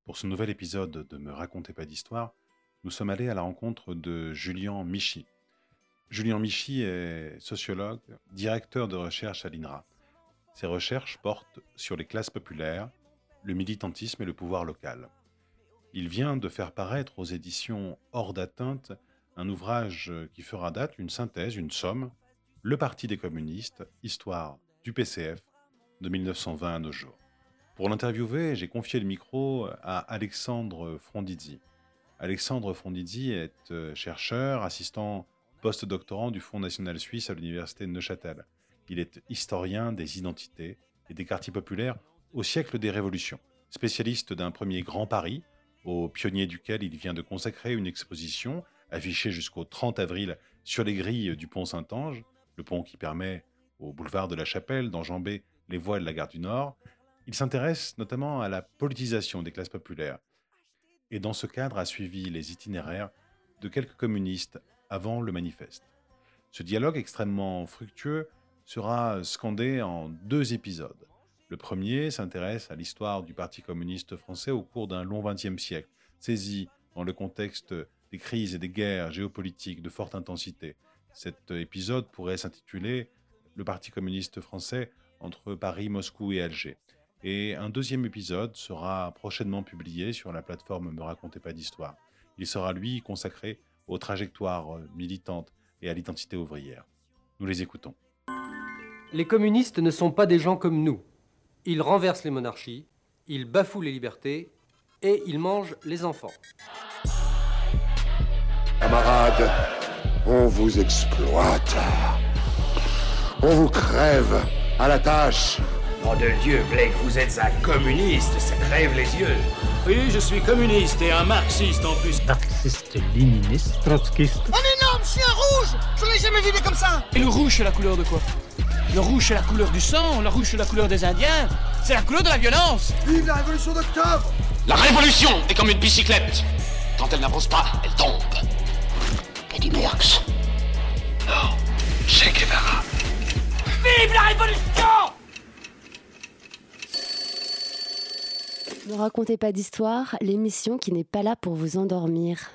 Pour ce nouvel épisode de Me racontez pas d'histoire, nous sommes allés à la rencontre de Julian Michy. Julian Michy est sociologue, directeur de recherche à l'INRA. Ses recherches portent sur les classes populaires, le militantisme et le pouvoir local. Il vient de faire paraître aux éditions Hors d'atteinte un ouvrage qui fera date, une synthèse, une somme, Le Parti des communistes, histoire du PCF, de 1920 à nos jours. Pour l'interviewer, j'ai confié le micro à Alexandre Frondizi. Alexandre Frondizi est chercheur, assistant post-doctorant du Fonds national suisse à l'université de Neuchâtel. Il est historien des identités et des quartiers populaires au siècle des révolutions. Spécialiste d'un premier Grand Paris, au pionnier duquel il vient de consacrer une exposition affichée jusqu'au 30 avril sur les grilles du pont Saint-Ange, le pont qui permet au boulevard de la Chapelle d'enjamber les voies de la gare du Nord. Il s'intéresse notamment à la politisation des classes populaires et dans ce cadre a suivi les itinéraires de quelques communistes avant le manifeste. Ce dialogue extrêmement fructueux sera scandé en 2 épisodes. Le premier s'intéresse à l'histoire du Parti communiste français au cours d'un long XXe siècle, saisi dans le contexte des crises et des guerres géopolitiques de forte intensité. Cet épisode pourrait s'intituler « Le Parti communiste français entre Paris, Moscou et Alger ». Et un deuxième épisode sera prochainement publié sur la plateforme Me racontez pas d'histoire. Il sera, lui, consacré aux trajectoires militantes et à l'identité ouvrière. Nous les écoutons. Les communistes ne sont pas des gens comme nous. Ils renversent les monarchies, ils bafouent les libertés et ils mangent les enfants. Camarades, on vous exploite. On vous crève à la tâche. Nom de Dieu, Blake, vous êtes un communiste, ça crève les yeux. Oui, je suis communiste et un marxiste en plus. Marxiste-léniniste, trotskiste. Un énorme chien rouge! Je l'ai jamais vu comme ça! Et le rouge, c'est la couleur de quoi? Le rouge, c'est la couleur du sang, le rouge, c'est la couleur des Indiens. C'est la couleur de la violence. Vive la révolution d'octobre! La révolution est comme une bicyclette. Quand elle n'avance pas, elle tombe. Qu'a dit Marx? Non, Che Guevara. Vive la révolution! Ne racontez pas d'histoire, l'émission qui n'est pas là pour vous endormir.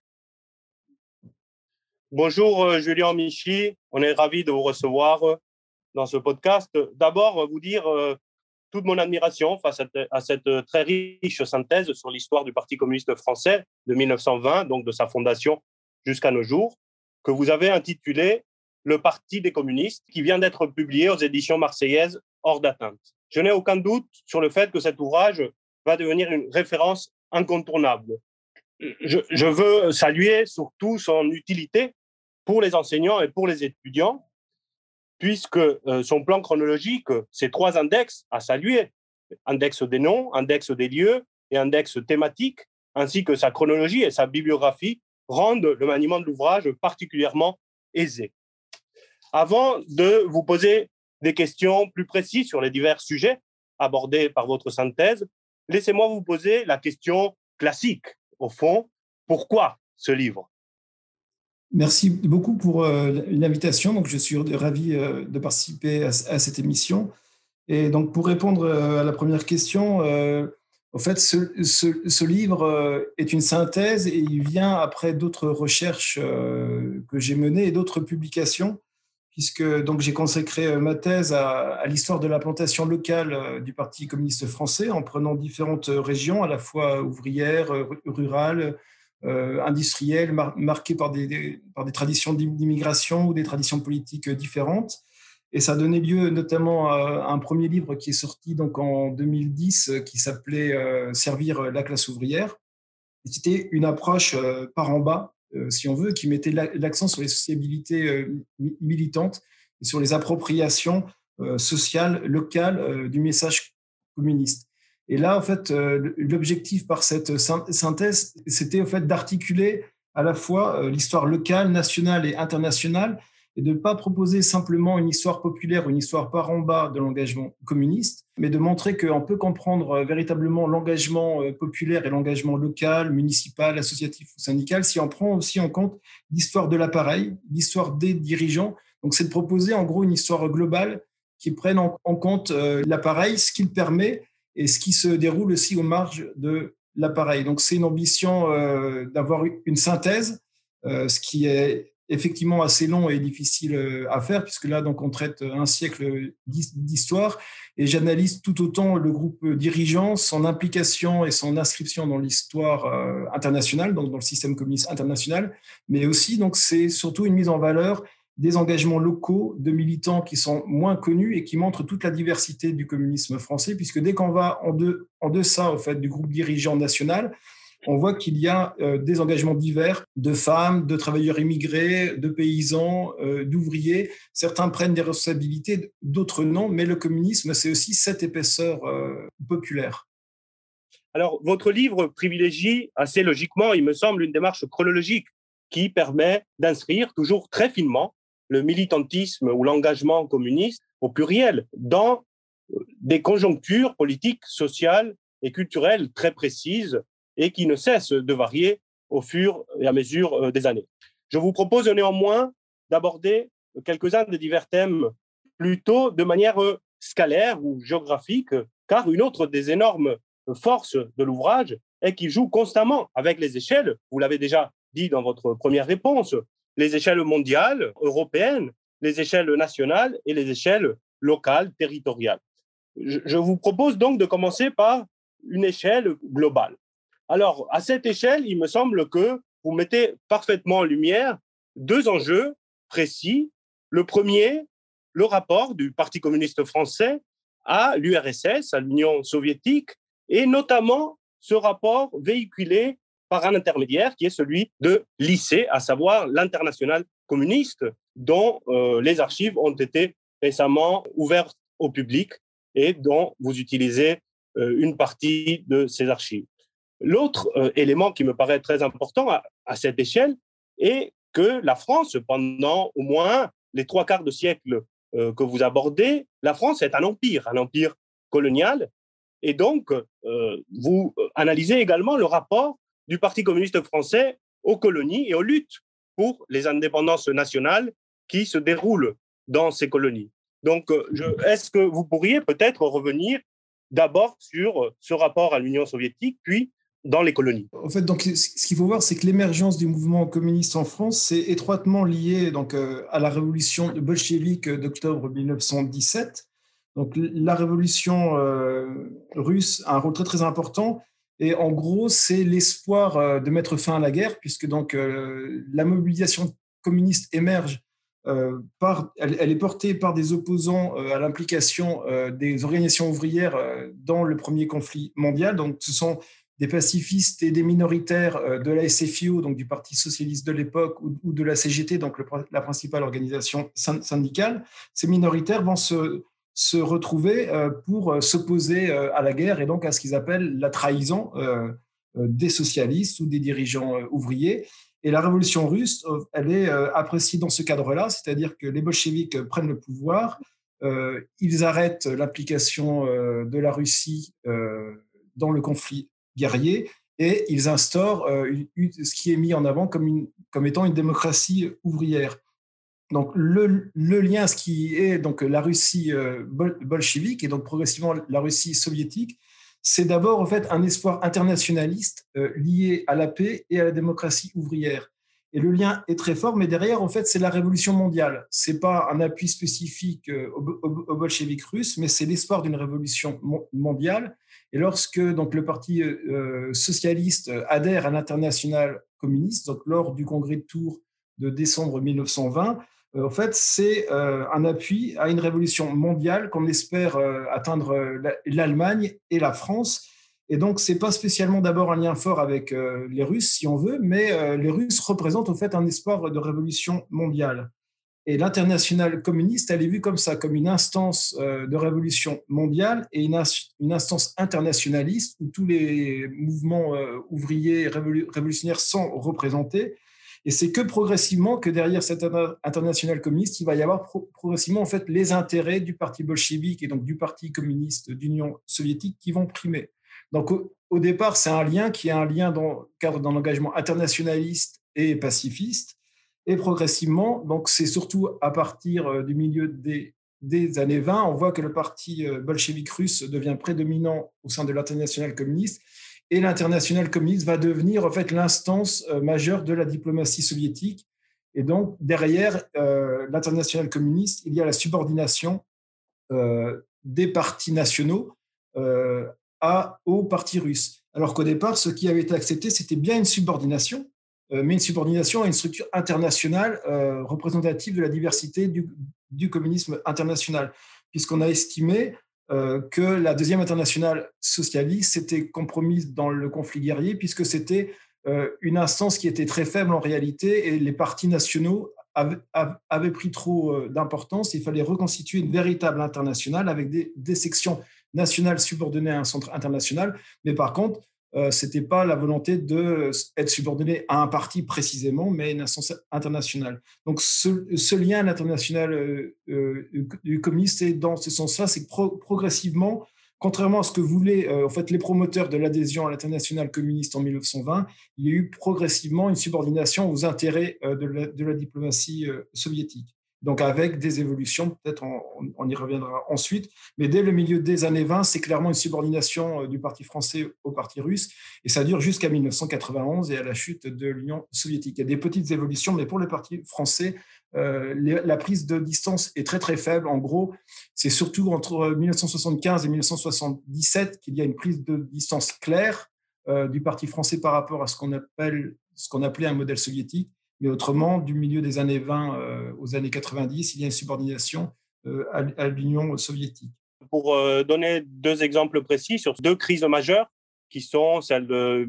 Bonjour Julian Michy, on est ravis de vous recevoir dans ce podcast. D'abord, vous dire toute mon admiration face à cette très riche synthèse sur l'histoire du Parti communiste français de 1920, donc de sa fondation jusqu'à nos jours, que vous avez intitulé « Le Parti des communistes », qui vient d'être publié aux éditions marseillaises Hors d'atteinte. Je n'ai aucun doute sur le fait que cet ouvrage va devenir une référence incontournable. Je veux saluer surtout son utilité pour les enseignants et pour les étudiants, puisque son plan chronologique, ces 3 index à saluer, index des noms, index des lieux et index thématique, ainsi que sa chronologie et sa bibliographie, rendent le maniement de l'ouvrage particulièrement aisé. Avant de vous poser des questions plus précises sur les divers sujets abordés par votre synthèse, laissez-moi vous poser la question classique, au fond, pourquoi ce livre ? Merci beaucoup pour l'invitation. Donc, je suis ravi de participer à cette émission. Et donc, pour répondre à la première question, en fait, ce livre est une synthèse et il vient après d'autres recherches que j'ai menées et d'autres publications, puisque donc, j'ai consacré ma thèse à l'histoire de l'implantation locale du Parti communiste français en prenant différentes régions, à la fois ouvrières, rurales, industrielles, marquées par des traditions d'immigration ou des traditions politiques différentes. Et ça a donné lieu notamment à un premier livre qui est sorti donc en 2010 qui s'appelait « Servir la classe ouvrière ». C'était une approche par en bas, si on veut, qui mettait l'accent sur les sociabilités militantes et sur les appropriations sociales, locales du message communiste. Et là, en fait, l'objectif par cette synthèse, c'était en fait d'articuler à la fois l'histoire locale, nationale et internationale, et de ne pas proposer simplement une histoire populaire ou une histoire par en bas de l'engagement communiste, mais de montrer qu'on peut comprendre véritablement l'engagement populaire et l'engagement local, municipal, associatif ou syndical si on prend aussi en compte l'histoire de l'appareil, l'histoire des dirigeants. Donc, c'est de proposer en gros une histoire globale qui prenne en compte l'appareil, ce qu'il permet et ce qui se déroule aussi aux marges de l'appareil. Donc, c'est une ambition d'avoir une synthèse, ce qui est effectivement assez long et difficile à faire, puisque là, donc, on traite un siècle d'histoire, et j'analyse tout autant le groupe dirigeant, son implication et son inscription dans l'histoire internationale, donc dans le système communiste international, mais aussi, donc, c'est surtout une mise en valeur des engagements locaux de militants qui sont moins connus et qui montrent toute la diversité du communisme français, puisque dès qu'on va en deçà, au fait, du groupe dirigeant national, on voit qu'il y a des engagements divers de femmes, de travailleurs immigrés, de paysans, d'ouvriers. Certains prennent des responsabilités, d'autres non, mais le communisme, c'est aussi cette épaisseur populaire. Alors, votre livre privilégie assez logiquement, il me semble, une démarche chronologique qui permet d'inscrire toujours très finement le militantisme ou l'engagement communiste au pluriel dans des conjonctures politiques, sociales et culturelles très précises et qui ne cessent de varier au fur et à mesure des années. Je vous propose néanmoins d'aborder quelques-uns des divers thèmes plutôt de manière scalaire ou géographique, car une autre des énormes forces de l'ouvrage est qu'il joue constamment avec les échelles, vous l'avez déjà dit dans votre première réponse, les échelles mondiales, européennes, les échelles nationales et les échelles locales, territoriales. Je vous propose donc de commencer par une échelle globale. Alors, à cette échelle, il me semble que vous mettez parfaitement en lumière deux enjeux précis. Le premier, le rapport du Parti communiste français à l'URSS, à l'Union soviétique, et notamment ce rapport véhiculé par un intermédiaire qui est celui de l'IC, à savoir l'Internationale communiste, dont les archives ont été récemment ouvertes au public et dont vous utilisez une partie de ces archives. L'autre élément qui me paraît très important à cette échelle est que la France, pendant au moins les 3/4 de siècle que vous abordez, la France est un empire colonial. Et donc, vous analysez également le rapport du Parti communiste français aux colonies et aux luttes pour les indépendances nationales qui se déroulent dans ces colonies. Donc, est-ce que vous pourriez peut-être revenir d'abord sur ce rapport à l'Union soviétique, puis dans les colonies? En fait, donc, ce qu'il faut voir, c'est que l'émergence du mouvement communiste en France, c'est étroitement lié donc, à la révolution bolchevique d'octobre 1917. Donc, la révolution russe a un rôle très, très important. Et en gros, c'est l'espoir de mettre fin à la guerre, puisque donc, la mobilisation communiste émerge. Elle est portée par des opposants à l'implication des organisations ouvrières dans le premier conflit mondial. Donc, ce sont des pacifistes et des minoritaires de la SFIO, donc du Parti socialiste de l'époque, ou de la CGT, donc la principale organisation syndicale. Ces minoritaires vont se retrouver pour s'opposer à la guerre et donc à ce qu'ils appellent la trahison des socialistes ou des dirigeants ouvriers. Et la révolution russe, elle est appréciée dans ce cadre-là, c'est-à-dire que les bolcheviks prennent le pouvoir, ils arrêtent l'implication de la Russie dans le conflit guerrier et ils instaurent ce qui est mis en avant comme étant une démocratie ouvrière. Donc, le lien, ce qui est donc la Russie bolchevique et donc progressivement la Russie soviétique, c'est d'abord en fait un espoir internationaliste lié à la paix et à la démocratie ouvrière. Et le lien est très fort, mais derrière, en fait, c'est la révolution mondiale. C'est pas un appui spécifique aux bolcheviks russes, mais c'est l'espoir d'une révolution mondiale. Et lorsque donc le Parti socialiste adhère à l'internationale communiste, donc lors du congrès de Tours de décembre 1920, en fait, c'est un appui à une révolution mondiale qu'on espère atteindre l'Allemagne et la France. Et donc, ce n'est pas spécialement d'abord un lien fort avec les Russes, si on veut, mais les Russes représentent en fait un espoir de révolution mondiale. Et l'internationale communiste, elle est vue comme ça, comme une instance de révolution mondiale et une instance internationaliste où tous les mouvements ouvriers révolutionnaires sont représentés. Et c'est que progressivement que derrière cette internationale communiste, il va y avoir progressivement en fait les intérêts du parti bolchevique et donc du parti communiste d'Union soviétique qui vont primer. Donc au départ, c'est un lien qui est un lien dans le cadre d'un engagement internationaliste et pacifiste. Et progressivement, donc c'est surtout à partir du milieu des années 20, on voit que le parti bolchevique russe devient prédominant au sein de l'internationale communiste. et l'Internationale communiste va devenir en fait l'instance majeure de la diplomatie soviétique. Et donc, derrière l'Internationale communiste, il y a la subordination des partis nationaux au parti russe. Alors qu'au départ, ce qui avait été accepté, c'était bien une subordination, mais une subordination à une structure internationale représentative de la diversité du communisme international, puisqu'on a estimé que la deuxième internationale socialiste s'était compromise dans le conflit guerrier, puisque c'était une instance qui était très faible en réalité, et les partis nationaux avaient pris trop d'importance. Il fallait reconstituer une véritable internationale avec des sections nationales subordonnées à un centre international, mais par contre, ce n'était pas la volonté d'être subordonné à un parti précisément, mais une instance internationale. Donc ce lien à l'international du communiste, et dans ce sens-là, c'est progressivement, contrairement à ce que voulaient en fait, les promoteurs de l'adhésion à l'international communiste en 1920, il y a eu progressivement une subordination aux intérêts de la diplomatie soviétique. Donc avec des évolutions, peut-être on y reviendra ensuite, mais dès le milieu des années 20, c'est clairement une subordination du parti français au parti russe, et ça dure jusqu'à 1991 et à la chute de l'Union soviétique. Il y a des petites évolutions, mais pour le parti français, la prise de distance est très très faible. En gros, c'est surtout entre 1975 et 1977 qu'il y a une prise de distance claire du parti français par rapport à ce qu'on appelait un modèle soviétique. Mais autrement, du milieu des années 20 aux années 90, il y a une subordination à l'Union soviétique. Pour donner deux exemples précis sur deux crises majeures, qui sont celles de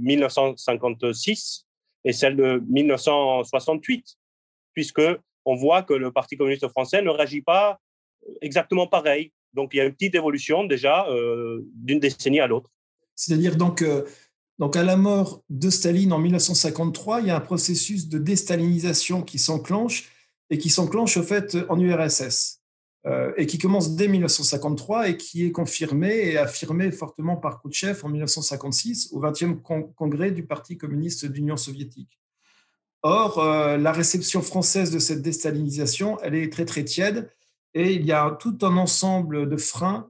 1956 et celle de 1968, puisqu'on voit que le Parti communiste français ne réagit pas exactement pareil. Donc, il y a une petite évolution déjà d'une décennie à l'autre. C'est-à-dire donc, à la mort de Staline en 1953, il y a un processus de déstalinisation qui s'enclenche, et qui s'enclenche au fait en URSS, et qui commence dès 1953 et qui est confirmé et affirmé fortement par Khrouchtchev en 1956 au 20e congrès du Parti communiste d'Union soviétique. Or, la réception française de cette déstalinisation, elle est très très tiède, et il y a tout un ensemble de freins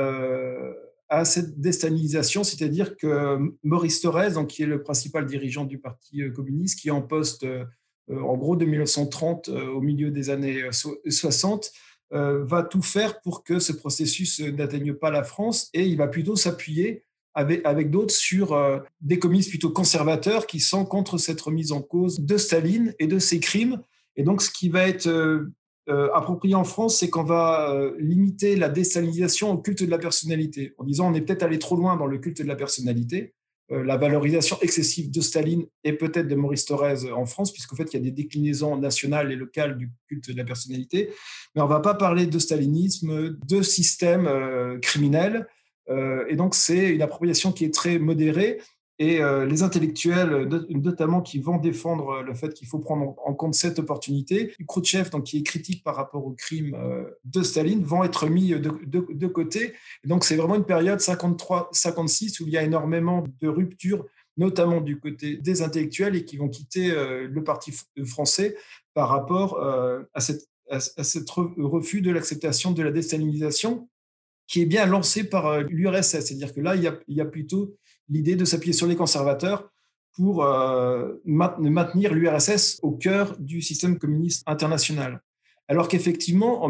à cette déstalinisation, c'est-à-dire que Maurice Thorez, donc, qui est le principal dirigeant du Parti communiste, qui est en poste en gros de 1930 au milieu des années 60, va tout faire pour que ce processus n'atteigne pas la France, et il va plutôt s'appuyer avec d'autres sur des communistes plutôt conservateurs qui sont contre cette remise en cause de Staline et de ses crimes. Et donc ce qui va être approprié en France, c'est qu'on va limiter la déstalinisation au culte de la personnalité, en disant on est peut-être allé trop loin dans le culte de la personnalité, la valorisation excessive de Staline et peut-être de Maurice Thorez en France, puisqu'en fait il y a des déclinaisons nationales et locales du culte de la personnalité, mais on ne va pas parler de stalinisme, de système criminel, et donc c'est une appropriation qui est très modérée. Et les intellectuels, notamment, qui vont défendre le fait qu'il faut prendre en compte cette opportunité, Khrouchtchev, donc, qui est critique par rapport au crime de Staline, vont être mis de côté. Et donc, c'est vraiment une période 53-56 où il y a énormément de ruptures, notamment du côté des intellectuels, et qui vont quitter le parti français par rapport à cet refus de l'acceptation de la déstalinisation, qui est bien lancé par l'URSS. C'est-à-dire que là, il y a plutôt l'idée de s'appuyer sur les conservateurs pour maintenir l'URSS au cœur du système communiste international. Alors qu'effectivement, en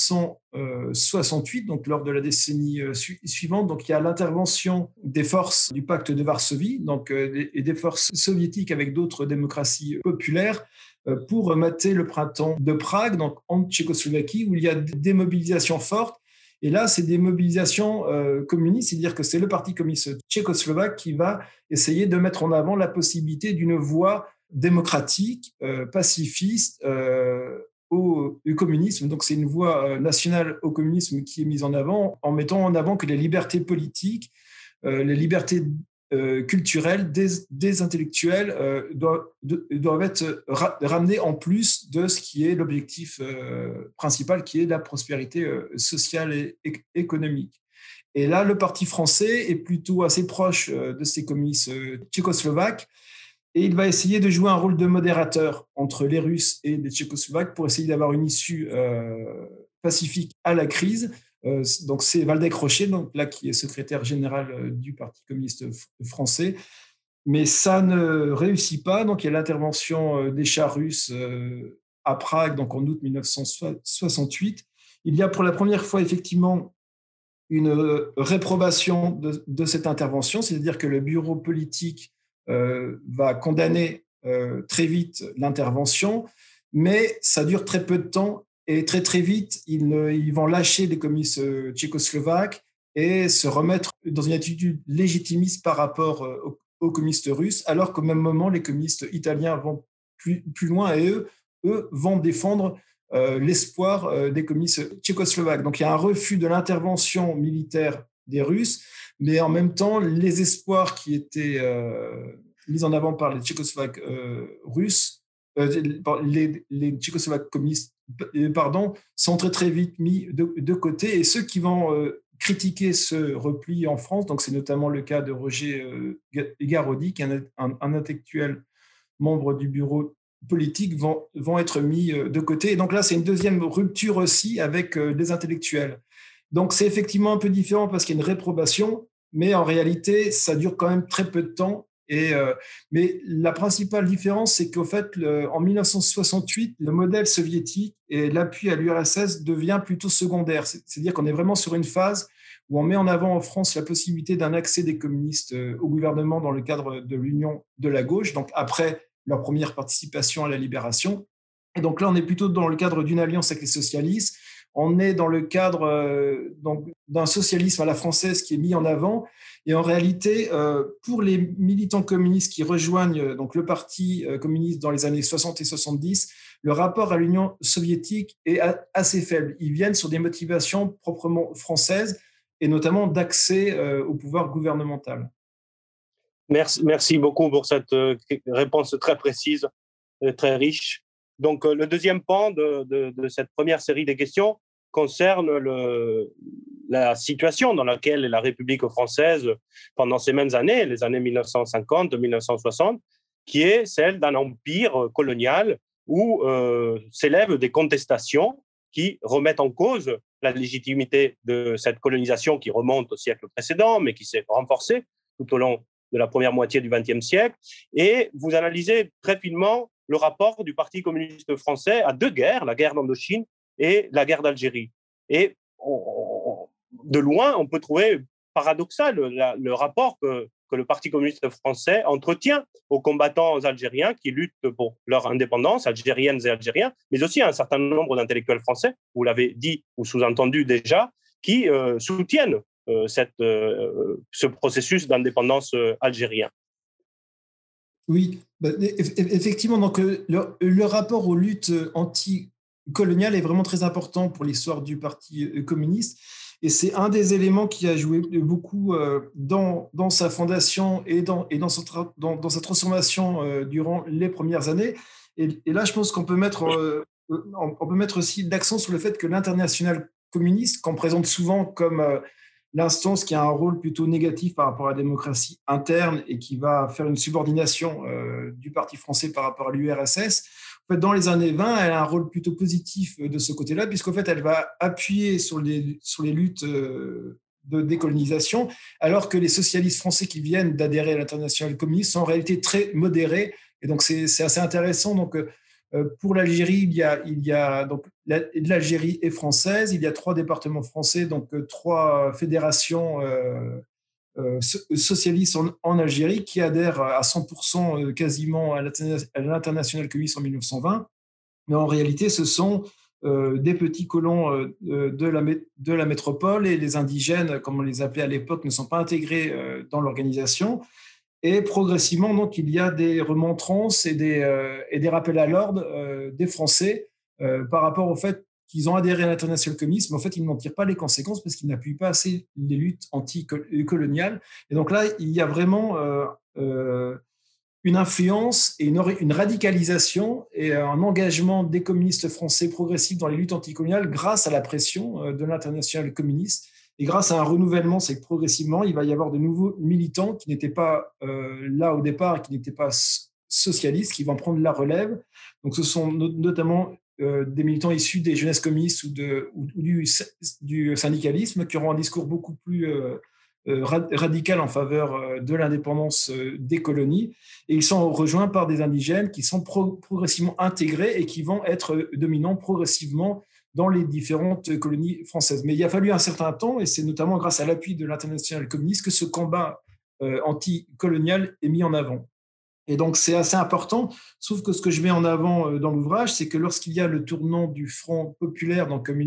1968, donc lors de la décennie suivante, donc il y a l'intervention des forces du pacte de Varsovie, donc, et des forces soviétiques avec d'autres démocraties populaires, pour mater le printemps de Prague, donc en Tchécoslovaquie, où il y a des mobilisations fortes. Et là, c'est des mobilisations communistes, c'est-à-dire que c'est le Parti communiste tchécoslovaque qui va essayer de mettre en avant la possibilité d'une voie démocratique, pacifiste au communisme. Donc, c'est une voie nationale au communisme qui est mise en avant, en mettant en avant que les libertés politiques, les libertés culturelles des intellectuels doivent être ramenées en plus de ce qui est l'objectif principal, qui est la prospérité sociale et économique. Et là, le parti français est plutôt assez proche de ces communistes tchécoslovaques, et il va essayer de jouer un rôle de modérateur entre les Russes et les Tchécoslovaques pour essayer d'avoir une issue pacifique à la crise, Donc c'est Waldeck Rochet, donc là qui est secrétaire général du Parti communiste français. Mais ça ne réussit pas. Donc il y a l'intervention des chars russes à Prague, donc en août 1968. Il y a pour la première fois effectivement une réprobation de cette intervention, c'est-à-dire que le bureau politique va condamner très vite l'intervention, mais ça dure très peu de temps et très très vite, ils vont lâcher les communistes tchécoslovaques et se remettre dans une attitude légitimiste par rapport aux communistes russes, alors qu'au même moment, les communistes italiens vont plus loin et eux vont défendre l'espoir des communistes tchécoslovaques. Donc il y a un refus de l'intervention militaire des Russes, mais en même temps, les espoirs qui étaient mis en avant par les Tchécoslovaques russes, les Tchécoslovaques communistes, sont très très vite mis de côté. Et ceux qui vont critiquer ce repli en France, donc c'est notamment le cas de Roger Garaudy, qui est un intellectuel membre du bureau politique, vont être mis de côté. Et donc là, c'est une deuxième rupture aussi avec des intellectuels. Donc c'est effectivement un peu différent parce qu'il y a une réprobation, mais en réalité, ça dure quand même très peu de temps. Mais la principale différence, c'est qu'au fait, en 1968, le modèle soviétique et l'appui à l'URSS devient plutôt secondaire. C'est-à-dire qu'on est vraiment sur une phase où on met en avant en France la possibilité d'un accès des communistes au gouvernement dans le cadre de l'Union de la gauche, donc après leur première participation à la libération. Et donc là, on est plutôt dans le cadre d'une alliance avec les socialistes. On est dans le cadre d'un socialisme à la française qui est mis en avant. Et en réalité, pour les militants communistes qui rejoignent donc le Parti communiste dans les années 60 et 70, le rapport à l'Union soviétique est assez faible. Ils viennent sur des motivations proprement françaises et notamment d'accès au pouvoir gouvernemental. Merci beaucoup pour cette réponse très précise, très riche. Donc, le deuxième pan de cette première série de questions concerne la situation dans laquelle la République française, pendant ces mêmes années, les années 1950-1960, qui est celle d'un empire colonial où s'élèvent des contestations qui remettent en cause la légitimité de cette colonisation qui remonte au siècle précédent, mais qui s'est renforcée tout au long de la première moitié du XXe siècle. Et vous analysez très finement le rapport du Parti communiste français à deux guerres, la guerre d'Indochine et la guerre d'Algérie. Et de loin, on peut trouver paradoxal le rapport que le Parti communiste français entretient aux combattants algériens qui luttent pour leur indépendance, algériennes et algériens, mais aussi à un certain nombre d'intellectuels français, vous l'avez dit ou sous-entendu déjà, qui soutiennent ce processus d'indépendance algérien. Oui, effectivement, donc le rapport aux luttes anticoloniales est vraiment très important pour l'histoire du Parti communiste. Et c'est un des éléments qui a joué beaucoup dans sa fondation et dans sa transformation durant les premières années. Et là, je pense qu'on peut mettre aussi l'accent sur le fait que l'internationale communiste, qu'on présente souvent comme l'instance qui a un rôle plutôt négatif par rapport à la démocratie interne et qui va faire une subordination du Parti français par rapport à l'URSS, en fait, dans les années 20, elle a un rôle plutôt positif de ce côté-là, puisqu'en fait, elle va appuyer sur les luttes de décolonisation, alors que les socialistes français qui viennent d'adhérer à l'internationale communiste sont en réalité très modérés. Et donc, c'est assez intéressant. Donc, pour l'Algérie, il y a donc l'Algérie est française, il y a 3 départements français, donc 3 fédérations socialistes en Algérie qui adhèrent à 100% quasiment à l'internationale communiste en 1920. Mais en réalité, ce sont des petits colons de la métropole et les indigènes, comme on les appelait à l'époque, ne sont pas intégrés dans l'organisation. Et progressivement, donc, il y a des remontrances et des rappels à l'ordre des Français par rapport au fait qu'ils ont adhéré à l'internationale communiste, mais en fait, ils n'en tirent pas les conséquences parce qu'ils n'appuient pas assez les luttes anticoloniales. Et donc là, il y a vraiment une influence et une radicalisation et un engagement des communistes français progressifs dans les luttes anticoloniales grâce à la pression de l'internationale communiste. Et grâce à un renouvellement, c'est que progressivement, il va y avoir de nouveaux militants qui n'étaient pas là au départ, qui n'étaient pas socialistes, qui vont prendre la relève. Donc, ce sont notamment des militants issus des jeunesses communistes ou du syndicalisme, qui auront un discours beaucoup plus radical en faveur de l'indépendance des colonies. Et ils sont rejoints par des indigènes qui sont progressivement intégrés et qui vont être dominants progressivement dans les différentes colonies françaises. Mais il a fallu un certain temps, et c'est notamment grâce à l'appui de l'Internationale communiste que ce combat anticolonial est mis en avant. Et donc, c'est assez important, sauf que ce que je mets en avant dans l'ouvrage, c'est que lorsqu'il y a le tournant du Front populaire, donc en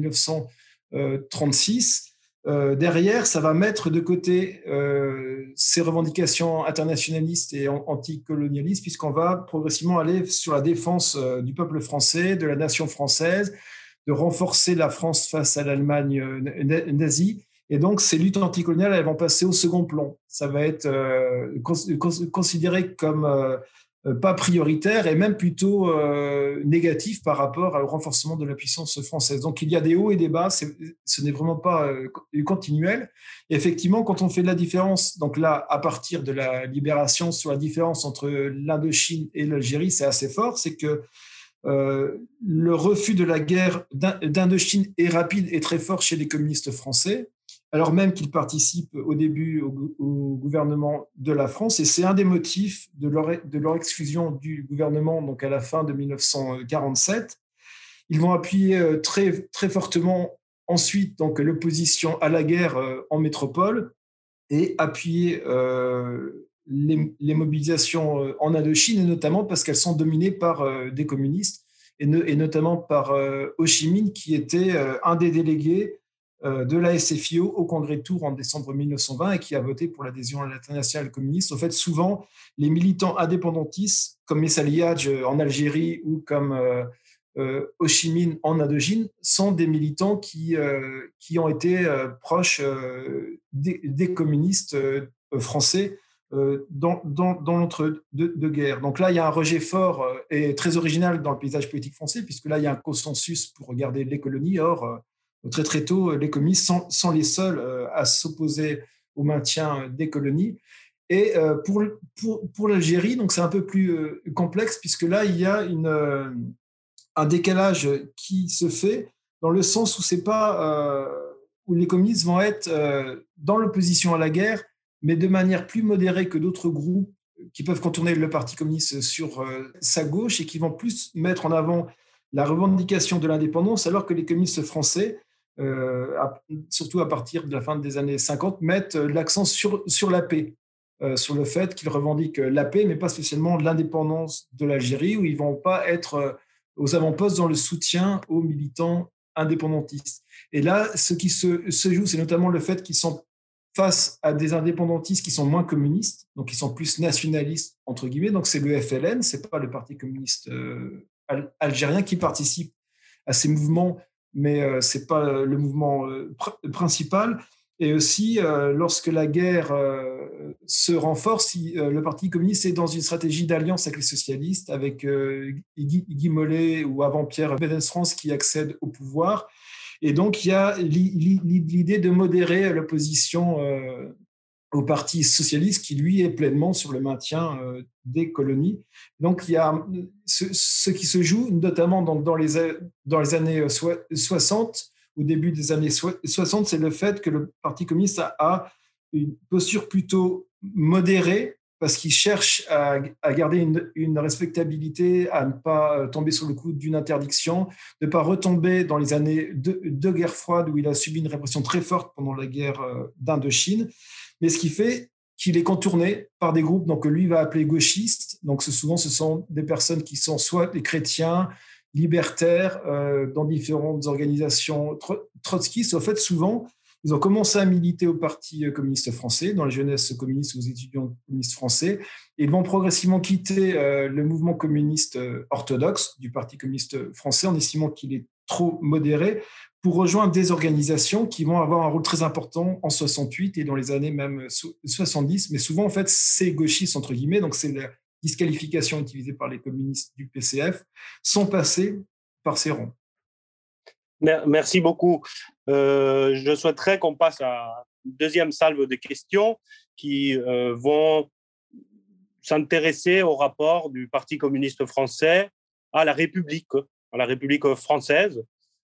1936, derrière, ça va mettre de côté ces revendications internationalistes et anticolonialistes, puisqu'on va progressivement aller sur la défense du peuple français, de la nation française, de renforcer la France face à l'Allemagne nazie. Et donc, ces luttes anticoloniales, elles vont passer au second plan. Ça va être considéré comme pas prioritaire et même plutôt négatif par rapport au renforcement de la puissance française. Donc, il y a des hauts et des bas. Ce n'est vraiment pas continuel. Et effectivement, quand on fait la différence, donc là, à partir de la libération, sur la différence entre l'Indochine et l'Algérie, c'est assez fort. C'est que le refus de la guerre d'Indochine est rapide et très fort chez les communistes français, alors même qu'ils participent au début au gouvernement de la France. Et c'est un des motifs de leur exclusion du gouvernement, donc à la fin de 1947. Ils vont appuyer très, très fortement ensuite donc, l'opposition à la guerre en métropole et appuyer les mobilisations en Indochine, et notamment parce qu'elles sont dominées par des communistes, et notamment par Ho Chi Minh, qui était un des délégués de la SFIO au Congrès de Tours en décembre 1920 et qui a voté pour l'adhésion à l'Internationale communiste. En fait, souvent, les militants indépendantistes, comme Messa Liadj en Algérie ou comme Ho Chi Minh en Indochine, sont des militants qui ont été proches des communistes français dans l'entre-deux-guerres. Donc là, il y a un rejet fort et très original dans le paysage politique français, puisque là, il y a un consensus pour regarder les colonies. Or, très très tôt, les communistes sont les seuls à s'opposer au maintien des colonies. Et pour l'Algérie, donc c'est un peu plus complexe, puisque là, il y a un décalage qui se fait dans le sens où c'est pas où les communistes vont être dans l'opposition à la guerre, mais de manière plus modérée que d'autres groupes qui peuvent contourner le Parti communiste sur sa gauche et qui vont plus mettre en avant la revendication de l'indépendance, alors que les communistes français, surtout à partir de la fin des années 50, mettent l'accent sur la paix, sur le fait qu'ils revendiquent la paix, mais pas spécialement l'indépendance de l'Algérie, où ils ne vont pas être aux avant-postes dans le soutien aux militants indépendantistes. Et là, ce qui se joue, c'est notamment le fait qu'ils sont face à des indépendantistes qui sont moins communistes, donc qui sont plus nationalistes, entre guillemets. Donc, c'est le FLN, ce n'est pas le Parti communiste algérien qui participe à ces mouvements, mais ce n'est pas le mouvement principal. Et aussi, lorsque la guerre se renforce, le Parti communiste est dans une stratégie d'alliance avec les socialistes, avec Guy Mollet ou avant Pierre Mendès-France qui accède au pouvoir. Et donc, il y a l'idée de modérer l'opposition au Parti socialiste qui, lui, est pleinement sur le maintien des colonies. Donc, il y a ce qui se joue, notamment dans les années 60, au début des années 60, c'est le fait que le Parti communiste a une posture plutôt modérée, parce qu'il cherche à garder une respectabilité, à ne pas tomber sur le coup d'une interdiction, de ne pas retomber dans les années de guerre froide où il a subi une répression très forte pendant la guerre d'Indochine, mais ce qui fait qu'il est contourné par des groupes donc, que lui va appeler gauchistes. Donc souvent, ce sont des personnes qui sont soit des chrétiens, libertaires, dans différentes organisations trotskistes. En fait, souvent, ils ont commencé à militer au Parti communiste français, dans les jeunesses communistes ou aux étudiants communistes français. Et ils vont progressivement quitter le mouvement communiste orthodoxe du Parti communiste français en estimant qu'il est trop modéré pour rejoindre des organisations qui vont avoir un rôle très important en 68 et dans les années même 70. Mais souvent, en fait, ces gauchistes, entre guillemets, donc c'est la disqualification utilisée par les communistes du PCF, sont passés par ces rangs. Merci beaucoup. Je souhaiterais qu'on passe à une deuxième salve de questions qui vont s'intéresser au rapport du Parti communiste français à la République, à la République française,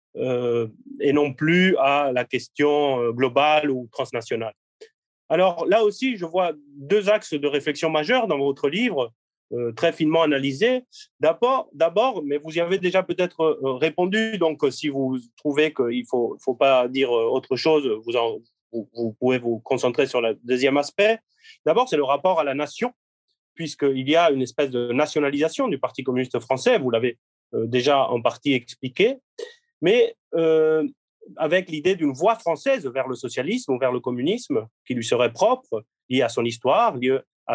et non plus à la question globale ou transnationale. Alors là aussi, je vois deux axes de réflexion majeurs dans votre livre, très finement analysés. D'abord, mais vous y avez déjà peut-être répondu, donc si vous trouvez qu'il ne faut pas dire autre chose, vous pouvez vous concentrer sur le deuxième aspect. D'abord, c'est le rapport à la nation, puisqu'il y a une espèce de nationalisation du Parti communiste français, vous l'avez déjà en partie expliqué, mais avec l'idée d'une voie française vers le socialisme ou vers le communisme qui lui serait propre, liée à son histoire, liée à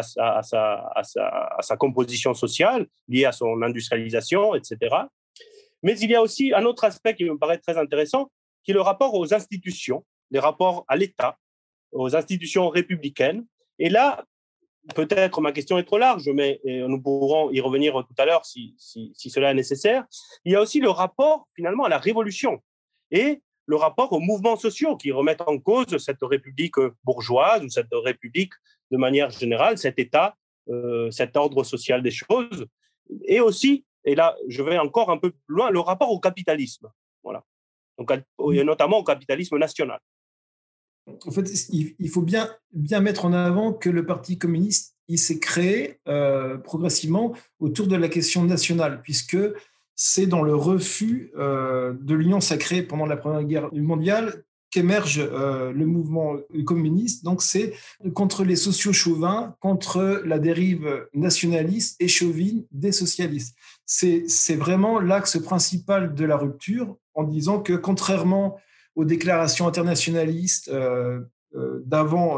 sa composition sociale, liée à son industrialisation, etc. Mais il y a aussi un autre aspect qui me paraît très intéressant, qui est le rapport aux institutions, les rapports à l'État, aux institutions républicaines. Et là, peut-être ma question est trop large, mais nous pourrons y revenir tout à l'heure si cela est nécessaire. Il y a aussi le rapport finalement à la révolution et le rapport aux mouvements sociaux qui remettent en cause cette république bourgeoise ou cette république de manière générale, cet État, cet ordre social des choses. Et aussi, et là je vais encore un peu plus loin, le rapport au capitalisme, voilà. Donc, et notamment au capitalisme national. En fait, il faut bien mettre en avant que le Parti communiste, il s'est créé progressivement autour de la question nationale, puisque c'est dans le refus de l'Union sacrée pendant la Première Guerre mondiale qu'émerge le mouvement communiste. Donc, c'est contre les sociaux chauvins, contre la dérive nationaliste et chauvine des socialistes. C'est vraiment l'axe principal de la rupture, en disant que contrairement aux déclarations internationalistes d'avant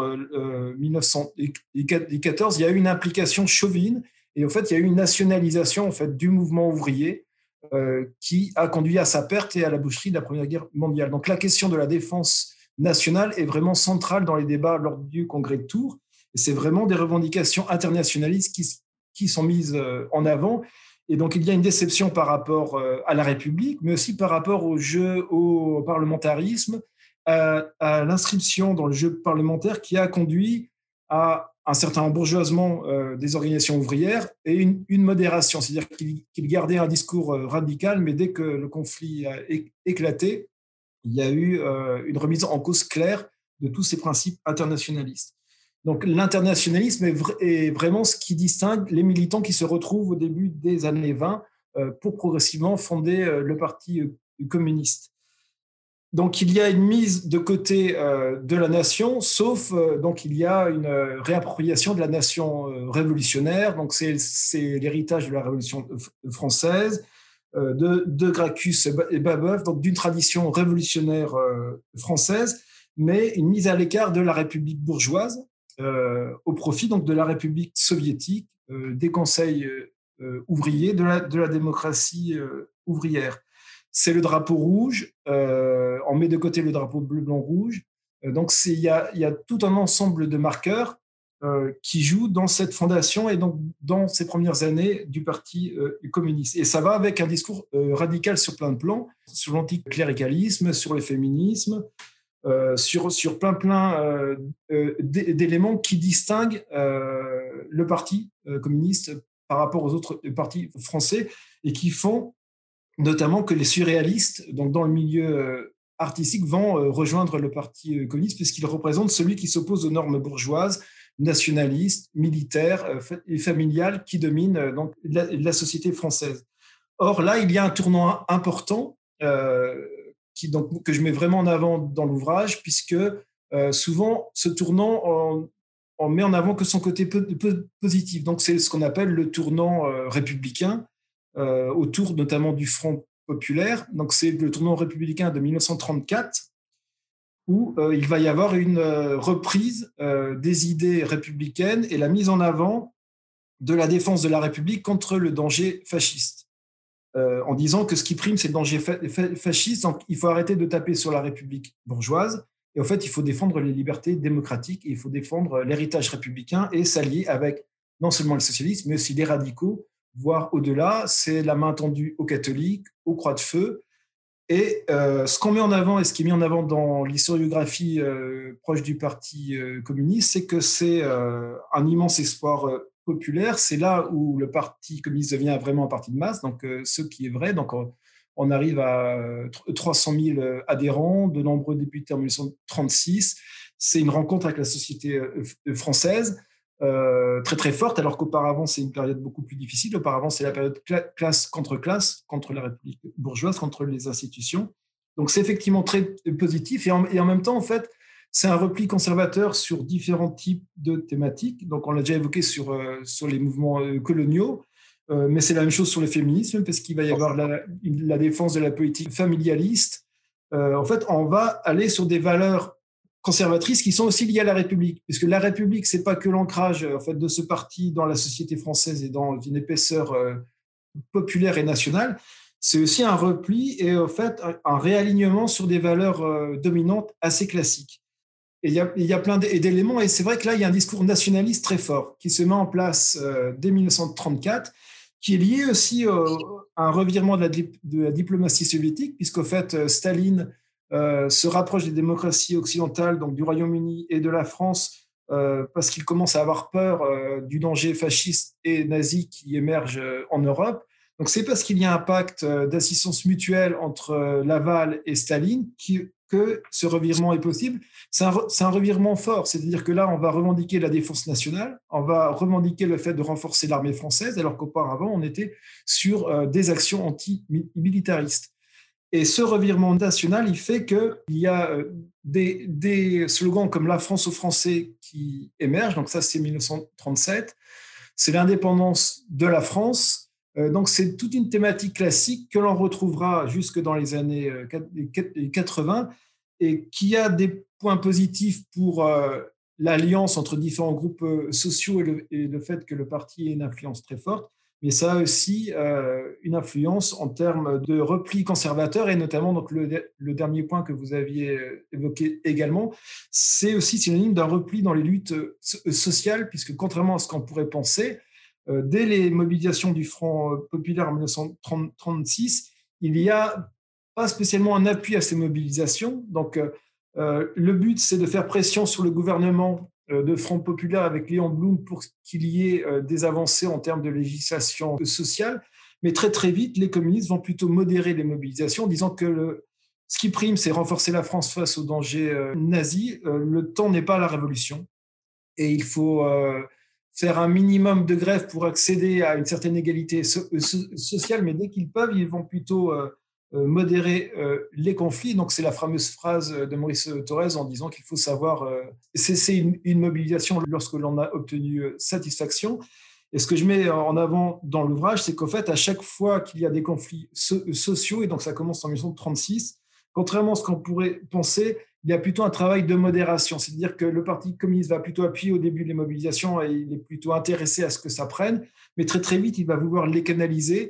1914, il y a eu une implication chauvine et en fait, il y a eu une nationalisation en fait, du mouvement ouvrier qui a conduit à sa perte et à la boucherie de la Première Guerre mondiale. Donc la question de la défense nationale est vraiment centrale dans les débats lors du congrès de Tours. Et c'est vraiment des revendications internationalistes qui sont mises en avant. Et donc, il y a une déception par rapport à la République, mais aussi par rapport au parlementarisme, à l'inscription dans le jeu parlementaire qui a conduit à un certain embourgeoisement des organisations ouvrières et une modération. C'est-à-dire qu'il gardait un discours radical, mais dès que le conflit a éclaté, il y a eu une remise en cause claire de tous ces principes internationalistes. Donc, l'internationalisme est vraiment ce qui distingue les militants qui se retrouvent au début des années 20 pour progressivement fonder le Parti communiste. Donc, il y a une mise de côté de la nation, sauf donc il y a une réappropriation de la nation révolutionnaire. Donc, c'est l'héritage de la Révolution française, de Gracchus et Babeuf, donc d'une tradition révolutionnaire française, mais une mise à l'écart de la République bourgeoise, au profit donc de la République soviétique, des conseils ouvriers, de la démocratie ouvrière. C'est le drapeau rouge, on met de côté le drapeau bleu-blanc-rouge. Donc il y a tout un ensemble de marqueurs qui jouent dans cette fondation et donc dans ces premières années du Parti communiste. Et ça va avec un discours radical sur plein de plans, sur l'anticléricalisme, sur le féminisme, sur plein d'éléments qui distinguent le Parti communiste par rapport aux autres partis français et qui font notamment que les surréalistes, donc dans le milieu artistique, vont rejoindre le Parti communiste puisqu'ils représentent celui qui s'oppose aux normes bourgeoises, nationalistes, militaires et familiales qui dominent donc la société française. Or, là, il y a un tournant important que je mets vraiment en avant dans l'ouvrage, puisque souvent, ce tournant, on met en avant que son côté positif. Donc, c'est ce qu'on appelle le tournant républicain, autour notamment du Front populaire. Donc, c'est le tournant républicain de 1934, où il va y avoir une reprise des idées républicaines et la mise en avant de la défense de la République contre le danger fasciste. En disant que ce qui prime, c'est le danger fasciste, donc il faut arrêter de taper sur la République bourgeoise, et en fait, il faut défendre les libertés démocratiques, et il faut défendre l'héritage républicain et s'allier avec non seulement le socialisme, mais aussi les radicaux, voire au-delà, c'est la main tendue aux catholiques, aux croix de feu, et ce qu'on met en avant, et ce qui est mis en avant dans l'historiographie proche du Parti communiste, c'est que c'est un immense espoir populaire. C'est là où le Parti communiste devient vraiment un parti de masse, donc ce qui est vrai. Donc On arrive à 300 000 adhérents, de nombreux députés en 1936. C'est une rencontre avec la société française très très forte, alors qu'auparavant c'est une période beaucoup plus difficile. Auparavant c'est la période classe, contre la République bourgeoise, contre les institutions. Donc c'est effectivement très positif et en même temps en fait c'est un repli conservateur sur différents types de thématiques. Donc on l'a déjà évoqué sur les mouvements coloniaux, mais c'est la même chose sur le féminisme parce qu'il va y avoir la défense de la politique familialiste. En fait on va aller sur des valeurs conservatrices qui sont aussi liées à la République, puisque la République, c'est pas que l'ancrage en fait de ce parti dans la société française et dans une épaisseur populaire et nationale, c'est aussi un repli et en fait un réalignement sur des valeurs dominantes assez classiques. Et il y a plein d'éléments, et c'est vrai que là, il y a un discours nationaliste très fort qui se met en place dès 1934, qui est lié aussi à un revirement de la diplomatie soviétique, puisqu'au fait, Staline se rapproche des démocraties occidentales, donc du Royaume-Uni et de la France, parce qu'il commence à avoir peur du danger fasciste et nazi qui émerge en Europe. Donc c'est parce qu'il y a un pacte d'assistance mutuelle entre Laval et Staline que ce revirement est possible. C'est un revirement fort, c'est-à-dire que là, on va revendiquer la défense nationale, on va revendiquer le fait de renforcer l'armée française, alors qu'auparavant, on était sur des actions anti-militaristes. Et ce revirement national, il fait qu'il y a des slogans comme « La France aux Français » qui émergent. Donc ça, c'est 1937. C'est l'indépendance de la France. Donc c'est toute une thématique classique que l'on retrouvera jusque dans les années 80 et qui a des points positifs pour l'alliance entre différents groupes sociaux et le fait que le parti ait une influence très forte. Mais ça a aussi une influence en termes de repli conservateur, et notamment donc, le dernier point que vous aviez évoqué également, c'est aussi synonyme d'un repli dans les luttes sociales, puisque contrairement à ce qu'on pourrait penser, dès les mobilisations du Front populaire en 1936, il n'y a pas spécialement un appui à ces mobilisations. Donc, le but, c'est de faire pression sur le gouvernement de Front populaire avec Léon Blum pour qu'il y ait des avancées en termes de législation sociale. Mais très, très vite, les communistes vont plutôt modérer les mobilisations en disant que ce qui prime, c'est renforcer la France face aux dangers nazis. Le temps n'est pas à la révolution et il faut faire un minimum de grève pour accéder à une certaine égalité sociale, mais dès qu'ils peuvent, ils vont plutôt modérer les conflits. Donc, c'est la fameuse phrase de Maurice Thorez en disant qu'il faut savoir cesser une mobilisation lorsque l'on a obtenu satisfaction. Et ce que je mets en avant dans l'ouvrage, c'est qu'en fait, à chaque fois qu'il y a des conflits sociaux, et donc ça commence en 1936, contrairement à ce qu'on pourrait penser, il y a plutôt un travail de modération. C'est-à-dire que le Parti communiste va plutôt appuyer au début les mobilisations et il est plutôt intéressé à ce que ça prenne, mais très très vite, il va vouloir les canaliser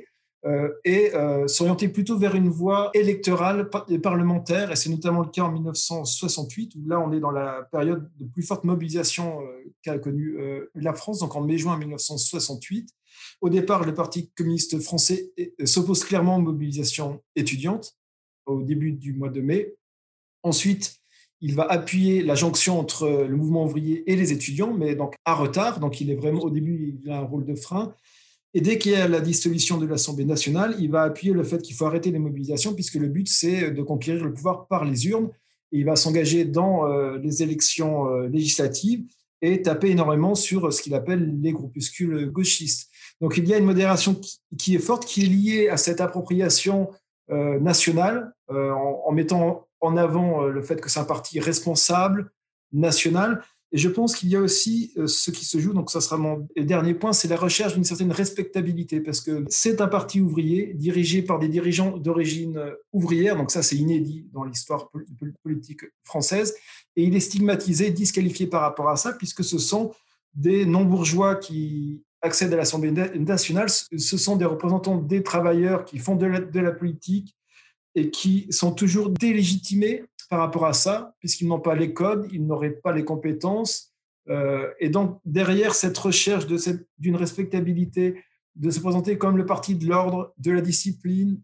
et s'orienter plutôt vers une voie électorale et parlementaire. Et c'est notamment le cas en 1968, où là, on est dans la période de plus forte mobilisation qu'a connue la France, donc en mai-juin 1968. Au départ, le Parti communiste français s'oppose clairement aux mobilisations étudiantes au début du mois de mai. Ensuite, il va appuyer la jonction entre le mouvement ouvrier et les étudiants, mais donc à retard. Donc, il est vraiment, au début, il a un rôle de frein. Et dès qu'il y a la dissolution de l'Assemblée nationale, il va appuyer le fait qu'il faut arrêter les mobilisations, puisque le but, c'est de conquérir le pouvoir par les urnes. Et il va s'engager dans les élections législatives et taper énormément sur ce qu'il appelle les groupuscules gauchistes. Donc, il y a une modération qui est forte, qui est liée à cette appropriation nationale, en mettant en avant le fait que c'est un parti responsable, national. Et je pense qu'il y a aussi ce qui se joue, donc ça sera mon dernier point, c'est la recherche d'une certaine respectabilité, parce que c'est un parti ouvrier dirigé par des dirigeants d'origine ouvrière, donc ça c'est inédit dans l'histoire politique française, et il est stigmatisé, disqualifié par rapport à ça, puisque ce sont des non-bourgeois qui accèdent à l'Assemblée nationale, ce sont des représentants des travailleurs qui font de la politique et qui sont toujours délégitimés par rapport à ça, puisqu'ils n'ont pas les codes, ils n'auraient pas les compétences. Et donc, derrière cette recherche d'une respectabilité, de se présenter comme le parti de l'ordre, de la discipline,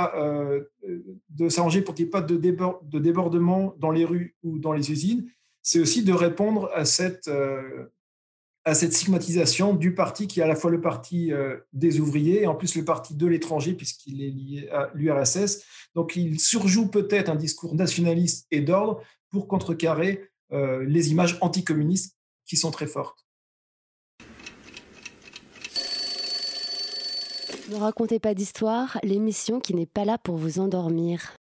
de s'arranger pour qu'il n'y ait pas de débordement dans les rues ou dans les usines, c'est aussi de répondre à cette à cette stigmatisation du parti qui est à la fois le parti des ouvriers et en plus le parti de l'étranger puisqu'il est lié à l'URSS. Donc il surjoue peut-être un discours nationaliste et d'ordre pour contrecarrer les images anticommunistes qui sont très fortes. Ne racontez pas d'histoire, l'émission qui n'est pas là pour vous endormir.